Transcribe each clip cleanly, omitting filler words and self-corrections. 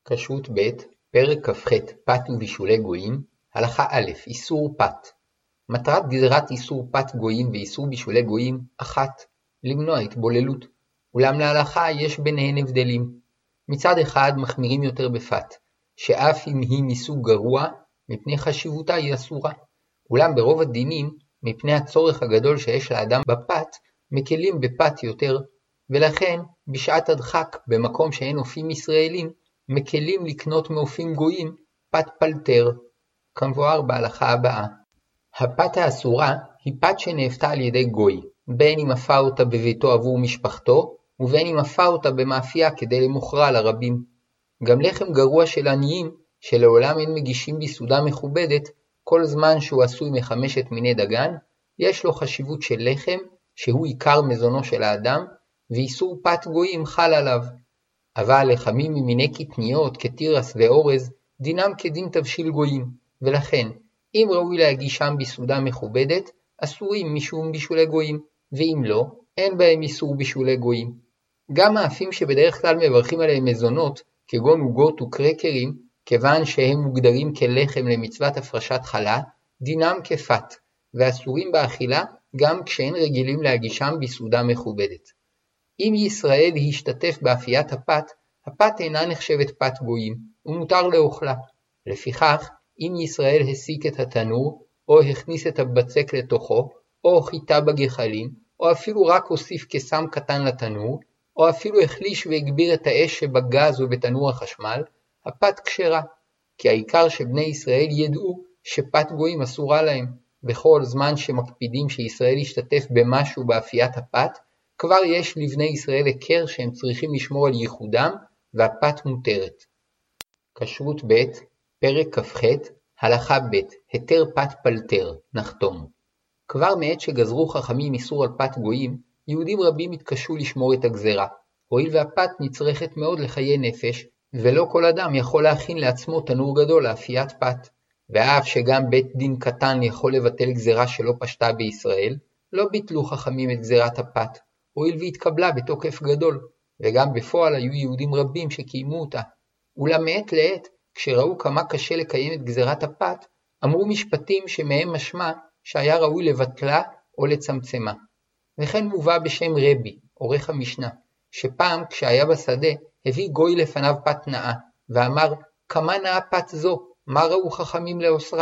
כשרות ב' פרק כ"ח פת ובישולי גויים. הלכה א' איסור פת. מטרת גזירת איסור פת גויים ואיסור בישולי גויים אחת, למנוע התבוללות. אולם להלכה יש ביניהן הבדלים. מצד אחד מחמירים יותר בפת, שאף אם היא מסוג גרוע, מפני חשיבותה היא אסורה. אולם ברוב הדינים, מפני הצורך הגדול שיש לאדם בפת, מקלים בפת יותר, ולכן בשעת הדחק במקום שאין אופים ישראלים, מקלים לקנות מאופים גויים פת פלטר, כמבואר בהלכה הבאה. הפת האסורה היא פת שנאפתה על ידי גוי, בין אם אפה אותה בביתו עבור משפחתו, ובין אם אפה אותה במאפייה כדי למוכרה לרבים. גם לחם גרוע של עניים, שלעולם אין מגישים בסעודה מכובדת, כל זמן שהוא עשוי מחמשת מיני דגן, יש לו חשיבות של לחם, שהוא עיקר מזונו של האדם, ואיסור פת גויים חל עליו. אבל לחמים ממיני קטניות כתירס ואורז, דינם כדין תבשיל גויים, ולכן, אם ראוי להגישם בסעודה מכובדת, אסורים משום בישולי גויים, ואם לא, אין בהם איסור בישולי גויים. גם האפים שבדרך כלל מברכים עליהם מזונות, כגון עוגות וקרקרים, כיוון שהם מוגדרים כלחם למצוות הפרשת חלה, דינם כפת, ואסורים באכילה גם כשאין רגילים להגישם בסעודה מכובדת. אם ישראל השתתף באפיית הפת, הפת אינה נחשבת פת גויים, ומותר לאוכלה. לפיכך, אם ישראל הסיק את התנור, או הכניס את הבצק לתוכו, או חיטה בגחלים, או אפילו רק הוסיף קסם קטן לתנור, או אפילו החליש והגביר את האש שבגז ובתנור החשמל, הפת כשרה, כי העיקר שבני ישראל ידעו שפת גויים אסורה להם. בכל זמן שמקפידים שישראל ישתתף במשהו באפיית הפת, כבר יש לבני ישראל הכר שהם צריכים לשמור על ייחודם, והפת מותרת. כשרות ב' פרק כ"ח הלכה ב' היתר פת פלטר נחתום. כבר מעת שגזרו חכמים איסור על פת גויים, יהודים רבים התקשו לשמור את הגזרה, הואיל והפת נצרכת מאוד לחיי נפש, ולא כל אדם יכול להכין לעצמו תנור גדול לאפיית פת. ואף שגם בית דין קטן יכול לבטל גזרה שלא פשטה בישראל, לא ביטלו חכמים את גזרת הפת, הואיל והתקבלה בתוקף גדול, וגם בפועל היו יהודים רבים שקיימו אותה. אולם מעת לעת, כשראו כמה קשה לקיים את גזרת הפת, אמרו משפטים שמהם משמע שהיה ראוי לבטלה או לצמצמה. וכן מובא בשם רבי, עורך המשנה, שפעם כשהיה בשדה, הביא גוי לפניו פת נאה, ואמר, כמה נאה פת זו, מה ראו חכמים לאוסרה?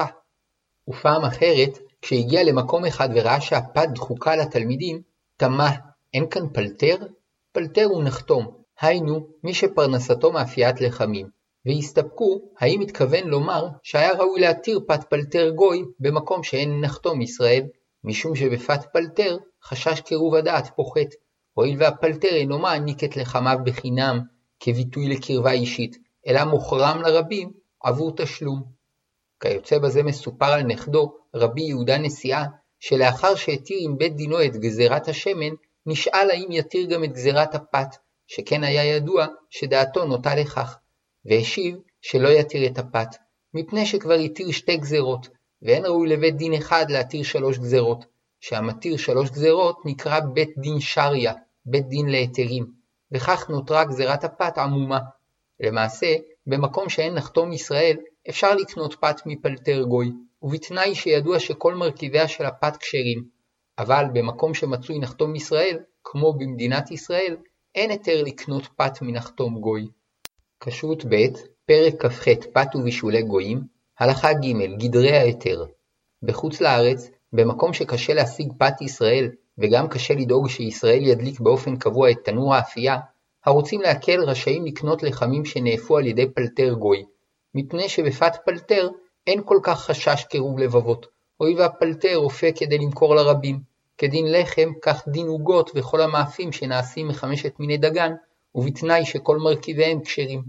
ופעם אחרת, כשהגיע למקום אחד וראה שהפת דחוקה לתלמידים, תמה, אין כאן פלטר? פלטר הוא נחתום, היינו מי שפרנסתו מאפיית לחמים, והסתפקו האם מתכוון לומר שהיה ראוי להתיר פת פלטר גוי במקום שאין נחתום ישראל, משום שבפת פלטר חשש קירוב הדעת פוחת, הואיל והפלטר אינו מעניק את לחמיו בחינם כביטוי לקרבה אישית, אלא מוכרם לרבים עבור תשלום. כיוצא בזה מסופר על נכדו רבי יהודה נשיאה, שלאחר שהתיר עם בית דינו את גזירת השמן, נשאל האם יתיר גם את גזירת הפת, שכן היה ידוע שדעתו נוטה לכך, והשיב שלא יתיר את הפת, מפני שכבר יתיר 2 גזירות, ואין ראוי לבית דין אחד להתיר 3 גזירות, שהמתיר 3 גזירות נקרא בית דין שריה, בית דין להיתרים, וכך נותרה גזירת הפת עמומה. למעשה, במקום שאין נחתום ישראל, אפשר לקנות פת מפלטר גוי, ובתנאי שידוע שכל מרכיביה של הפת כשרים. אבל במקום שמצוי נחתום ישראל, כמו במדינת ישראל, אין היתר לקנות פת מנחתום גוי. כשרות ב' פרק כ"ח פת ובישולי גויים. הלכה ג' גדרי ההיתר. בחוץ לארץ, במקום שקשה להשיג פת ישראל, וגם קשה לדאוג שישראל ידליק באופן קבוע את תנור האפייה, הרוצים להקל רשאים לקנות לחמים שנאפו על ידי פלטר גוי, מפני שבפת פלטר אין כל כך חשש קירוב לבבות, הואיל והפלטר אופה כדי למכור לרבים, כדין לחם כך דין עוגות וכל המאפים שנעשים מחמשת מיני דגן, ובתנאי שכל מרכיביהם כשרים.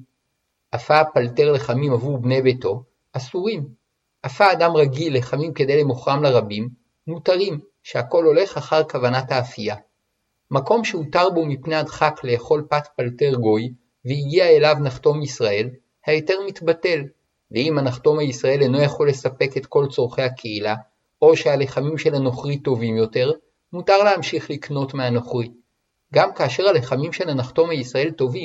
אפה הפלטר לחמים עבור בני ביתו, אסורים. אפה אדם רגיל לחמים כדי למוכרם לרבים, מותרים, שהכל הולך אחר כוונת האפייה. מקום שהותר בו מפני הדחק לאכול פת פלטר גוי, והגיע אליו נחתום ישראל, ההיתר מתבטל, ואם הנחתום הישראל אינו יכול לספק את כל צורכי הקהילה, או שהלחמים של הנוכרי טובים יותר, מותר להמשיך לקנות מהנוכרי. גם כאשר הלחמים של הנחתום הישראל טובים,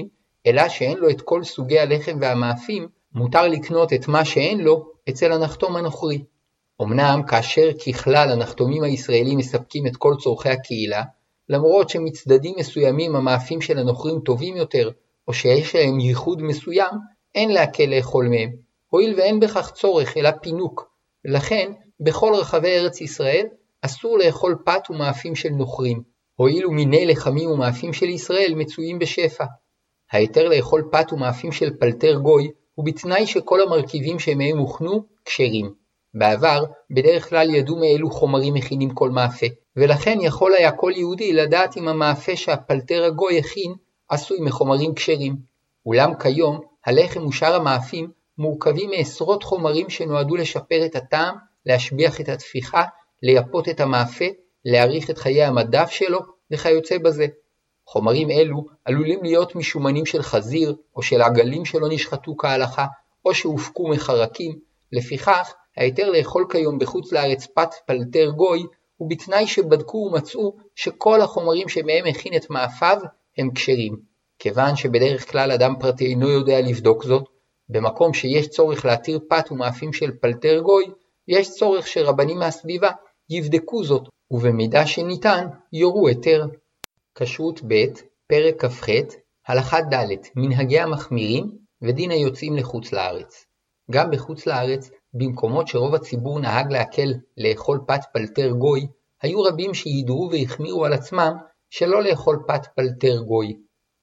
אלא שאין לו את כל סוגי הלחם והמאפים, מותר לקנות את מה שאין לו אצל הנחתום הנוכרי. אמנם כאשר ככלל הנחתומים הישראלים מספקים את כל צורכי הקהילה, למרות שמצדדים מסוימים המאפים של הנוכרים טובים יותר, או שיש להם ייחוד מסוים, אין להקל לאכול מהם, הואיל ואין בכך צורך אלא פינוק, ולכן בכל רחבי ארץ ישראל אסור לאכול פת ומאפים של נוכרים, הואיל ומיני לחמים ומאפים של ישראל מצויים בשפע. ההיתר לאכול פת ומאפים של פלטר גוי הוא בתנאי שכל המרכיבים שמהם הוכנו כשרים. בעבר בדרך כלל ידעו מאילו חומרים מכינים כל מאפה, ולכן יכול היה כל יהודי לדעת אם המאפה שהפלטר הגוי הכין עשוי מחומרים כשרים. אולם כיום הלחם ושאר המאפים מורכבים מעשרות חומרים שנועדו לשפר את הטעם, להשביח את התפיחה, לייפות את המאפה, להאריך את חיי המדף שלו וכיוצא בזה. חומרים אלו עלולים להיות משומנים של חזיר או של עגלים שלא נשחטו כהלכה או שהופקו מחרקים. לפיכך ההיתר לאכול כיום בחוץ לארץ פת פלטר גוי הוא בתנאי שבדקו ומצאו שכל החומרים שמהם הכין את מאפיו הם כשרים. כיוון שבדרך כלל אדם פרטי אינו יודע לבדוק זאת, במקום שיש צורך להתיר פת ומאפים של פלטר גוי, יש צורך שרבנים מהסביבה יבדקו זאת, ובמידה שניתן יורו היתר. כשרות ב' פרק כ"ח הלכה ד' מנהגי המחמירים ודין היוצאים לחוץ לארץ. גם בחוץ לארץ, במקומות שרוב הציבור נהג להקל לאכול פת פלטר גוי, היו רבים שידרו והחמירו על עצמם שלא לאכול פת פלטר גוי.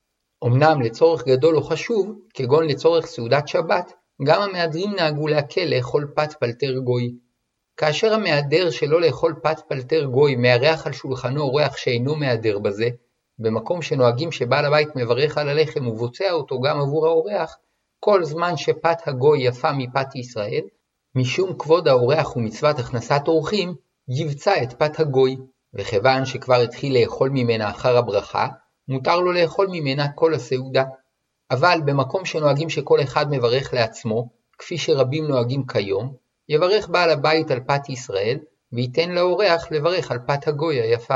אמנם לצורך גדול או חשוב, כגון לצורך סעודת שבת, גם המהדרים נהגו להקל לאכול פת פלטר גוי. כאשר המהדר שלא לאכול פת פלטר גוי מארח על שולחנו אורח שאינו מהדר בזה, במקום שנוהגים שבעל הבית מברך על הלחם ובוצע אותו גם עבור האורח, כל זמן שפת הגוי יפה מפת ישראל, משום כבוד האורח ומצוות הכנסת אורחים, יבצע את פת הגוי, וכיוון שכבר התחיל לאכול ממנה אחר הברכה, מותר לו לאכול ממנה כל הסעודה. אבל במקום שנוהגים שכל אחד מברך לעצמו, כפי שרבים נוהגים כיום, יברך בעל הבית על פת ישראל, וייתן לאורח לברך על פת הגוי היפה.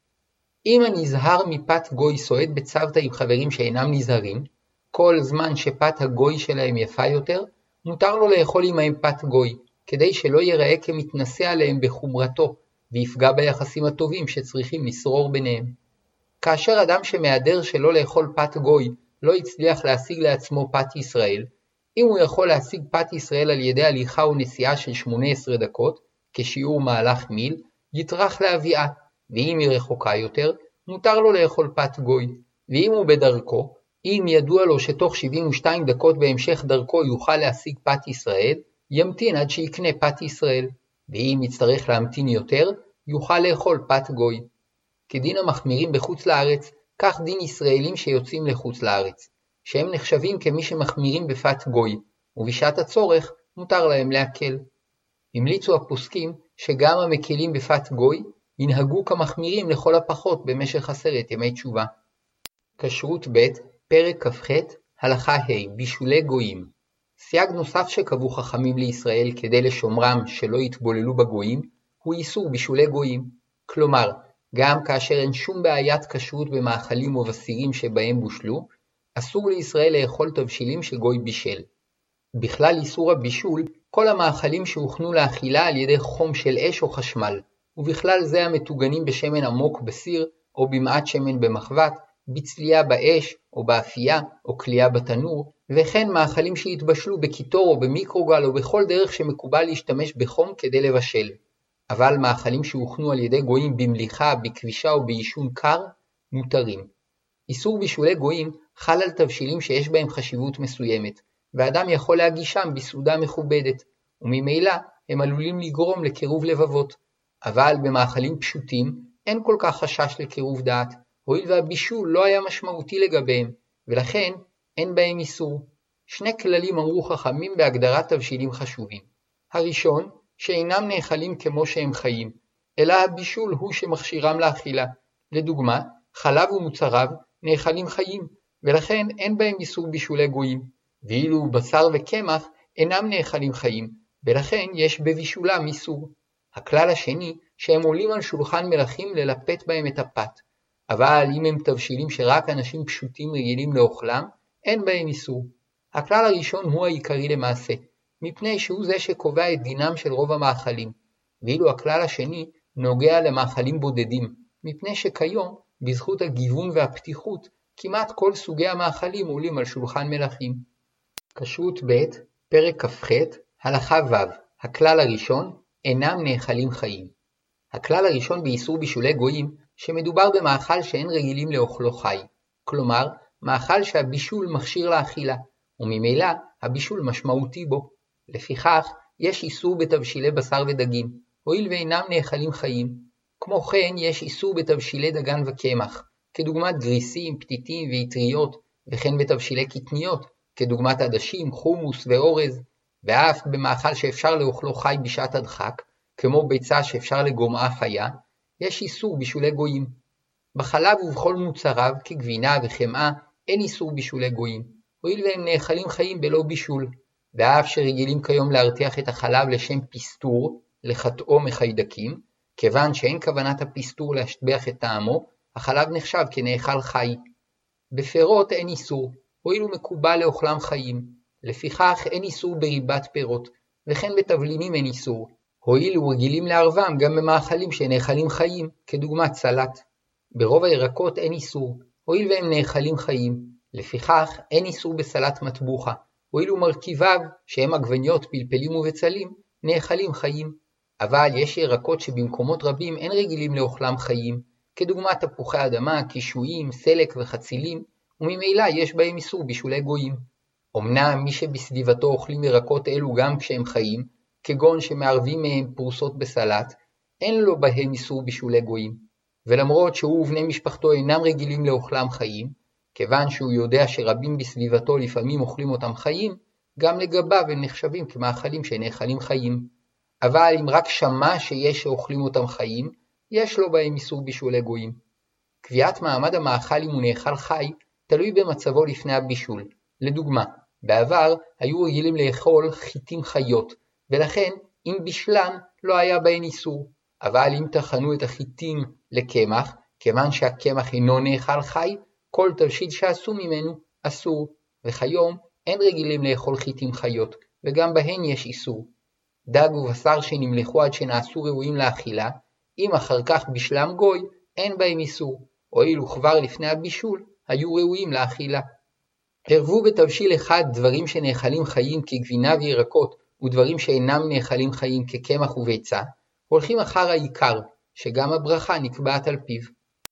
אם הנזהר מפת גוי סועד בצוותא עם חברים שאינם נזהרים, כל זמן שפת הגוי שלהם יפה יותר, מותר לו לאכול עמהם פת גוי, כדי שלא ייראה כמתנשא עליהם בחומרתו, ויפגע ביחסים הטובים שצריכים לשרור ביניהם. כאשר אדם שמהדר שלא לאכול פת גוי לא הצליח להשיג לעצמו פת ישראל, אם הוא יכול להשיג פת ישראל על ידי הליכה ונסיעה של 18 דקות, כשיעור מהלך מיל, יטרח להביאה, ואם היא רחוקה יותר, מותר לו לאכול פת גוי, ואם הוא בדרכו, אם ידוע לו שתוך 72 דקות בהמשך דרכו יוכל להשיג פת ישראל, ימתין עד שיקנה פת ישראל, ואם יצטרך להמתין יותר, יוכל לאכול פת גוי. כדין המחמירים בחוץ לארץ, כך דין ישראלים שיוצאים לחוץ לארץ, שהם נחשבים כמי שמחמירים בפת גוי, ובשעת הצורך מותר להם להקל. המליצו הפוסקים שגם המקלים בפת גוי ינהגו כמחמירים לכל הפחות במשך 10 ימי תשובה. כשרות ב' פרק כ"ח הלכה ה' בישולי גויים. סייג נוסף שקבעו חכמים לישראל כדי לשומרם שלא יתבוללו בגויים, הוא איסור בישולי גויים. כלומר, גם כאשר אין שום בעיית כשרות במאכלים או בסירים שבהם בושלו, אסור לישראל לאכול תבשילים שגוי בישל. בכלל איסור הבישול, כל המאכלים שהוכנו לאכילה על ידי חום של אש או חשמל, ובכלל זה המטוגנים בשמן עמוק בסיר, או במעט שמן במחבת, בצלייה באש או באפייה או כלייה בתנור, וכן מאכלים שהתבשלו בקיטור או במיקרוגל או בכל דרך שמקובל להשתמש בחום כדי לבשל. אבל מאכלים שהוכנו על ידי גויים במליחה, בכבישה או בעישון קר, מותרים. איסור בישולי גויים חל על תבשילים שיש בהם חשיבות מסוימת, ואדם יכול להגישם בסעודה מכובדת, וממילא הם עלולים לגרום לקירוב לבבות. אבל במאכלים פשוטים אין כל כך חשש לקירוב דעת, הואיל והבישול לא היה משמעותי לגביהם, ולכן אין בהם איסור. 2 כללים אמרו חכמים בהגדרת תבשילים חשובים. הראשון, שאינם נאכלים כמו שהם חיים, אלא הבישול הוא שמכשירם לאכילה. לדוגמה, חלב ומוצריו נאכלים חיים, ולכן אין בהם איסור בישולי גויים. ואילו בשר וקמח אינם נאכלים חיים, ולכן יש בבישולם איסור. הכלל השני, שהם עולים על שולחן מלכים ללפת בהם את הפת. אבל אם הם תבשילים שרק אנשים פשוטים רגילים לאוכלם, אין בהם איסור. הכלל הראשון הוא העיקרי למעשה, מפני שהוא זה שקובע את דינם של רוב המאכלים, ואילו הכלל השני נוגע למאכלים בודדים, מפני שכיום, בזכות הגיוון והפתיחות, כמעט כל סוגי המאכלים עולים על שולחן מלכים. כשרות ב' פרק כ"ח הלכה ו' הכלל הראשון אינם נאכלים חיים. הכלל הראשון באיסור בישולי גויים שמדובר במאכל שאין רגילים לאוכלו חי, כלומר מאכל שהבישול מכשיר לאכילה, וממילא הבישול משמעותי בו. לפיכך יש איסור בתבשילי בשר ודגים, הואיל ואינם נאכלים חיים. כמו כן יש איסור בתבשילי דגן וקמח, כדוגמת גריסים, פתיתים ואטריות, וכן בתבשילי קטניות, כדוגמת עדשים, חומוס ואורז, ואף במאכל שאפשר לאוכלו חי בשעת הדחק, כמו ביצה שאפשר לגומעה חיה, יש איסור בישולי גויים. בחלב ובכל מוצריו, כגבינה וחמאה, אין איסור בישולי גויים, הואיל והם נאכלים חיים בלא בישול, ואף שרגילים כיום להרתיח את החלב לשם פסטור, לחטאו מחיידקים, כיוון שאין כוונת הפסטור להשביח את טעמו, החלב נחשב כנאכל חי. בפירות אין איסור, הואיל ומקובל לאוכלם חיים, לפיכך אין איסור בריבת פירות, וכן בתבלינים אין איסור, הואיל ורגילים לערבם גם במאכלים שנאכלים חיים, כדוגמת סלט. ברוב הירקות אין איסור, הואיל והם נאכלים חיים, לפיכך אין איסור בסלט מטבוחה, הואיל ומרכיביו, שהם עגבניות, פלפלים ובצלים, נאכלים חיים. אבל יש ירקות שבמקומות רבים אין רגילים לאוכלם חיים, כדוגמת תפוחי אדמה, קישואים, סלק וחצילים, וממילא יש בהם איסור בישולי גויים. אמנם מי שבסביבתו אוכלים ירקות אלו גם כשהם חיים, כגון שמערבים מהם פרוסות בסלט, אין לו בהם איסור בישולי גויים. ולמרות שהוא ובני משפחתו אינם רגילים לאוכלם חיים, כיוון שהוא יודע שרבים בסביבתו לפעמים אוכלים אותם חיים, גם לגביו הם נחשבים כמאכלים שנאכלים חיים. אבל אם רק שמע שיש שאוכלים אותם חיים, יש לו בהם איסור בישולי גויים. קביעת מעמד המאכל אם הוא נאכל חי, תלוי במצבו לפני הבישול. לדוגמה, בעבר היו רגילים לאכול חיטים חיות, ולכן אם בישלן לא היה בהן איסור. אבל אם טחנו את החיטים לקמח, כיוון שהקמח אינו נאכל חי, כל תבשיל שעשו ממנו אסור, וכיום אין רגילים לאכול חיטים חיות, וגם בהן יש איסור. דג ובשר שנמלחו עד שנעשו ראויים לאכילה, אם אחר כך בשלם גוי, אין בהם איסור, הואיל וכבר לפני הבישול היו ראויים לאכילה. ערבו בתבשיל אחד דברים שנאכלים חיים כגבינה וירקות, ודברים שאינם נאכלים חיים כקמח וביצה, הולכים אחר העיקר, שגם הברכה נקבעת על פיו.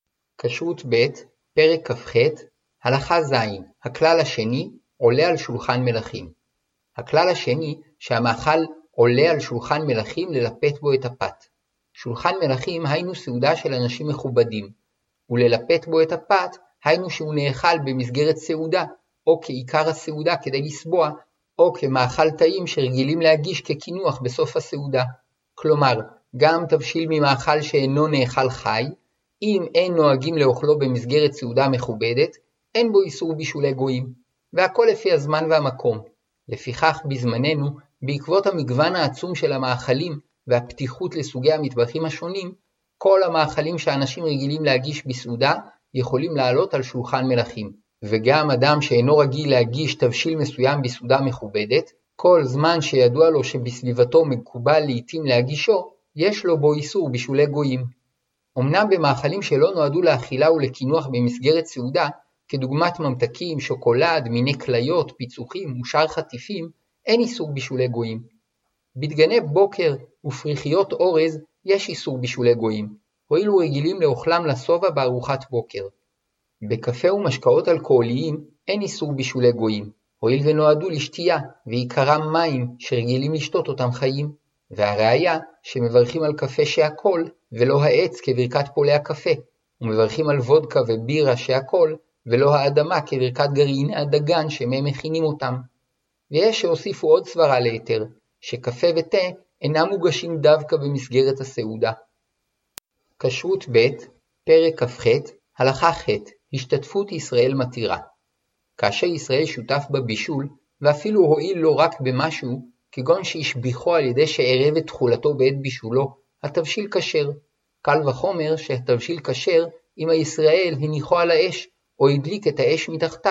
כשרות ב' פרק כ"ח הלכה ז' הכלל השני עולה על שולחן מלכים. הכלל השני שהמאכל עולה על שולחן מלכים ללפת בו את הפת. שולחן מלכים היינו סעודה של אנשים מכובדים, וללפת בו את הפת היינו שהוא נאכל במסגרת סעודה, או כעיקר הסעודה כדי לסבוע, או כמאכל טעים שרגילים להגיש כקינוח בסוף הסעודה. כלומר, גם תבשיל ממאכל שאינו נאכל חי, אם אין נוהגים לאוכלו במסגרת סעודה מכובדת, אין בו איסור בישולי גויים, והכל לפי הזמן והמקום. לפיכך בזמננו, בעקבות המגוון העצום של המאכלים והפתיחות לסוגי המטבחים השונים, כל המאכלים שאנשים רגילים להגיש בסעודה יכולים לעלות על שולחן מלכים. וגם אדם שאינו רגיל להגיש תבשיל מסוים בסעודה מכובדת, כל זמן שידוע לו שבסביבתו מקובל לעתים להגישו, יש לו בו איסור בישולי גויים. אמנם במאכלים שלא נועדו לאכילה ולקינוח במסגרת סעודה, כדוגמת ממתקים, שוקולד, מיני כליות, פיצוחים ושאר חטיפים, אין איסור בישולי גויים. בדגני בוקר ופריחיות אורז יש איסור בישולי גויים, הואילו רגילים לאוכלם לשובע בארוחת בוקר. בקפה ומשקאות אלכוהוליים אין איסור בישולי גויים, הואיל ונועדו לשתייה, ועיקרם מים שרגילים לשתות אותם חיים. והראיה שמברכים על קפה שהכל ולא העץ כברכת פולי הקפה, ומברכים על וודקה ובירה שהכל ולא האדמה כברכת גרעיני הדגן שמהם מכינים אותם. ויש שהוסיפו עוד סברה ליתר, שקפה ותה אינם מוגשים דווקא במסגרת הסעודה. כשרות ב' פרק כ"ח הלכה ח' השתתפות ישראל מתירה. כאשר ישראל שותף בבישול, ואפילו הועיל לו רק במשהו, כגון שהשביחו על ידי שערב את תכולתו בעת בישולו, התבשיל כשר. קל וחומר שהתבשיל כשר אם הישראל הניחו על האש, או הדליק את האש מתחתיו,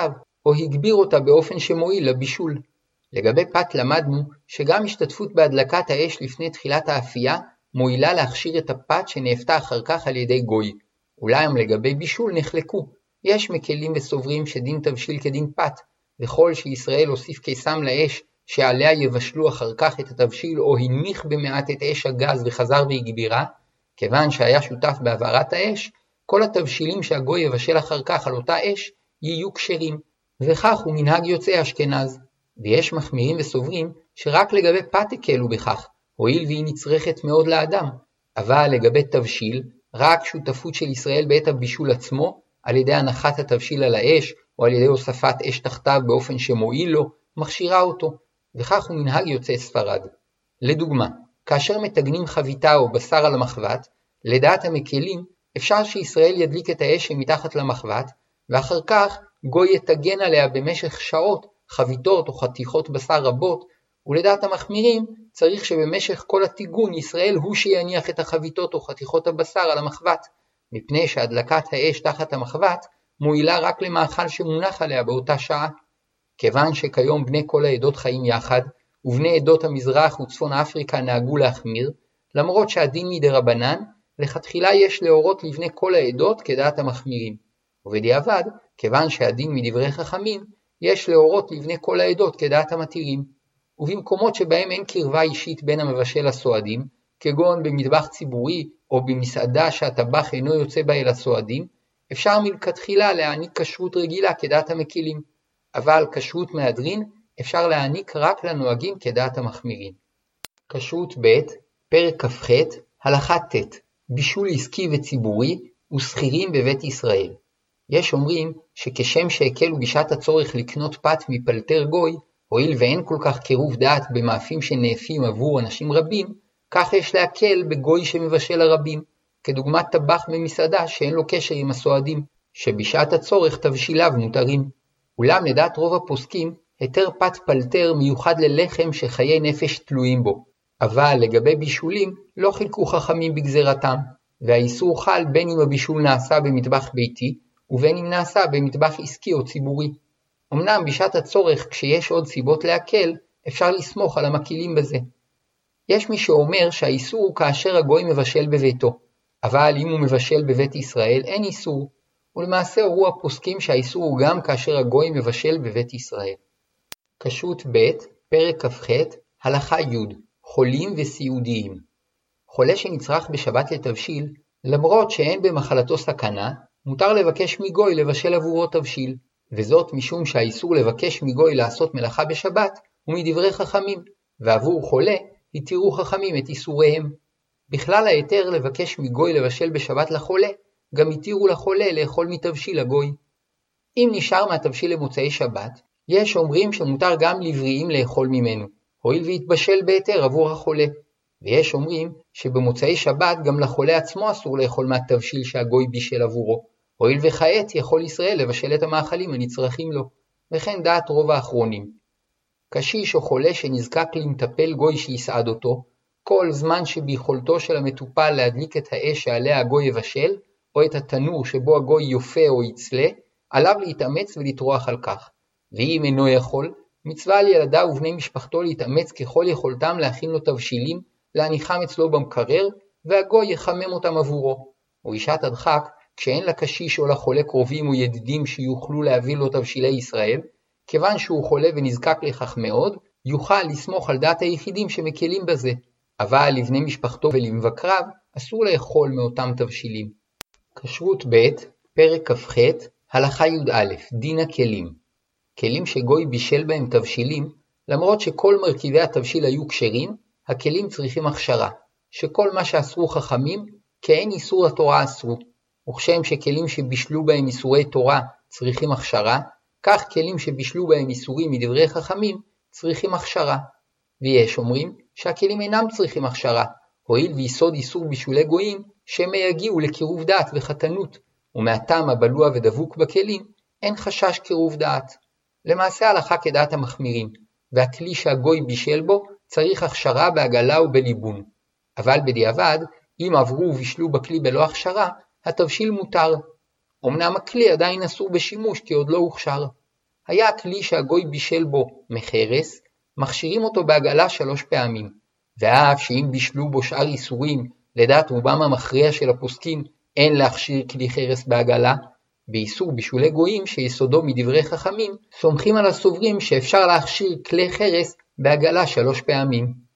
או הגביר אותה באופן שמועיל לבישול. לגבי פת למדנו שגם השתתפות בהדלקת האש לפני תחילת האפייה מועילה להכשיר את הפת שנאפתה אחר כך על ידי גוי. אולם לגבי בישול נחלקו. יש מקלים וסוברים שדין תבשיל כדין פת, וכל שישראל הוסיף קיסם לאש שעליה יבשלו אחר כך את התבשיל או הנמיך במעט את אש הגז וחזר והגבירה, כיוון שהיה שותף בהעברת האש, כל התבשילים שהגוי יבשל אחר כך על אותה אש יהיו כשרים, וכך הוא מנהג יוצאי אשכנז. ויש מחמירים וסוברים שרק לגבי פת הקלו בכך, הואיל והיא נצרכת מאוד לאדם, אבל לגבי תבשיל, רק שותפות של ישראל בעת הבישול עצמו, על ידי הנחת התבשיל על האש, או על ידי הוספת אש תחתיו באופן שמועיל לו, מכשירה אותו, וכך הוא מנהג יוצאי ספרד. לדוגמה, כאשר מתגנים חביתה או בשר על המחבת, לדעת המקלים, אפשר שישראל ידליק את האש מתחת למחבת, ואחר כך גוי יתגן עליה במשך שעות חביתות או חתיכות בשר רבות, ולדעת המחמירים צריך שבמשך כל התיגון ישראל הוא שיניח את החביתות או חתיכות הבשר על המחבת, מפני שהדלקת האש תחת המחבת מועילה רק למאכל שמונח עליה באותה שעה. כיוון שכיום בני כל העדות חיים יחד, ובני עדות המזרח וצפון אפריקה נהגו להחמיר, למרות שהדין מדרבנן, לכתחילה יש להורות לבני כל העדות כדעת המחמירים. ובדיעבד, כיוון שהדין מדברי חכמים, יש להורות לבני כל העדות כדעת המתירים. ובמקומות שבהם אין קרבה אישית בין המבשל לסועדים, כגון במטבח ציבורי או במסעדה שהטבח אינו יוצא בה אל הסועדים, אפשר מלכתחילה להעניק כשרות רגילה כדעת המקילים, אבל כשרות מהדרין אפשר להעניק רק לנוהגים כדעת המחמירים. כשרות ב' פרק כ"ח הלכה ט' בישול עסקי וציבורי ושכירים בבית ישראל. יש אומרים שכשם שהקלו בשעת הצורך לקנות פת מפלטר גוי, הואיל ואין כל כך קירוב דעת במאפים שנאפים עבור אנשים רבים, כך יש להקל בגוי שמבשל הרבים, כדוגמת טבח במסעדה שאין לו קשר עם הסועדים, שבשעת הצורך תבשיליו מותרים. אולם לדעת רוב הפוסקים, היתר פת פלטר מיוחד ללחם שחיי נפש תלויים בו, אבל לגבי בישולים לא חילקו חכמים בגזרתם, והאיסור חל בין אם הבישול נעשה במטבח ביתי, ובין אם נעשה במטבח עסקי או ציבורי. אמנם בשעת הצורך כשיש עוד סיבות להקל, אפשר לסמוך על המקילים בזה. יש מי שאומר שהאיסור הוא כאשר הגוי מבשל בביתו, אבל אם הוא מבשל בבית ישראל אין איסור, ולמעשה הורו הפוסקים שהאיסור הוא גם כאשר הגוי מבשל בבית ישראל. כשרות ב' פרק כ"ח הלכה י' חולים וסיעודיים. חולה שנצרך בשבת לתבשיל, למרות שאין במחלתו סכנה, מותר לבקש מגוי לבשל עבורו תבשיל, וזאת משום שהאיסור לבקש מגוי לעשות מלאכה בשבת הוא מדברי חכמים, ועבור חולה התירו חכמים את איסוריהם. בכלל ההיתר לבקש מגוי לבשל בשבת לחולה, גם התירו לחולה לאכול מתבשיל הגוי. אם נשאר מהתבשיל למוצאי שבת, יש אומרים שמותר גם לבריאים לאכול ממנו, הואיל והתבשל בהיתר עבור החולה. ויש אומרים שבמוצאי שבת גם לחולה עצמו אסור לאכול מהתבשיל שהגוי בישל עבורו, הואיל וכעת יכול ישראל לבשל את המאכלים הנצרכים לו, וכן דעת רוב האחרונים. קשיש או חולה שנזקק למטפל גוי שיסעד אותו, כל זמן שביכולתו של המטופל להדליק את האש שעליה הגוי יבשל, או את התנור שבו הגוי יופה או יצלה, עליו להתאמץ ולטרוח על כך. ואם אינו יכול, מצווה על ילדיו ובני משפחתו להתאמץ ככל יכולתם להכין לו תבשילים, להניחם אצלו במקרר, והגוי יחמם אותם עבורו. ובשעת הדחק, כשאין לקשיש או לחולה קרובים או ידידים שיוכלו להביא לו תבשילי ישראל, כיוון שהוא חולה ונזקק לכך מאוד, יוכל לסמוך על דעת היחידים שמקלים בזה. אבל לבני משפחתו ולמבקריו אסור לאכול מאותם תבשילים. כשרות ב' פרק כ"ח הלכה י"א דין הכלים. כלים שגוי בישל בהם תבשילים, למרות שכל מרכיבי התבשיל היו כשרים, הכלים צריכים הכשרה, שכל מה שאסרו חכמים, כאין איסור התורה אסרו. וכשם שכלים שבישלו בהם איסורי תורה צריכים הכשרה, כך כלים שבישלו בהם איסורים מדברי חכמים צריכים הכשרה. ויש אומרים שהכלים אינם צריכים הכשרה, הואיל ויסוד איסור בישולי גויים שמא יגיעו לקירוב דעת וחתנות, ומהטעם הבלוע ודבוק בכלים אין חשש קירוב דעת. למעשה הלכה כדעת המחמירים, והכלי שהגוי בישל בו צריך הכשרה בהגלה ובליבון. אבל בדיעבד, אם עברו ובישלו בכלי בלא הכשרה, התבשיל מותר. אמנם הכלי עדיין אסור בשימוש כי עוד לא הוכשר. היה הכלי שהגוי בישל בו מחרס, מכשירים אותו בעגלה 3 פעמים, ואף שאם בישלו בו שאר איסורים, לדעת רובם המכריע של הפוסקים, אין להכשיר כלי חרס בעגלה, באיסור בישולי גויים שיסודו מדברי חכמים, סומכים על הסוברים שאפשר להכשיר כלי חרס בעגלה 3 פעמים.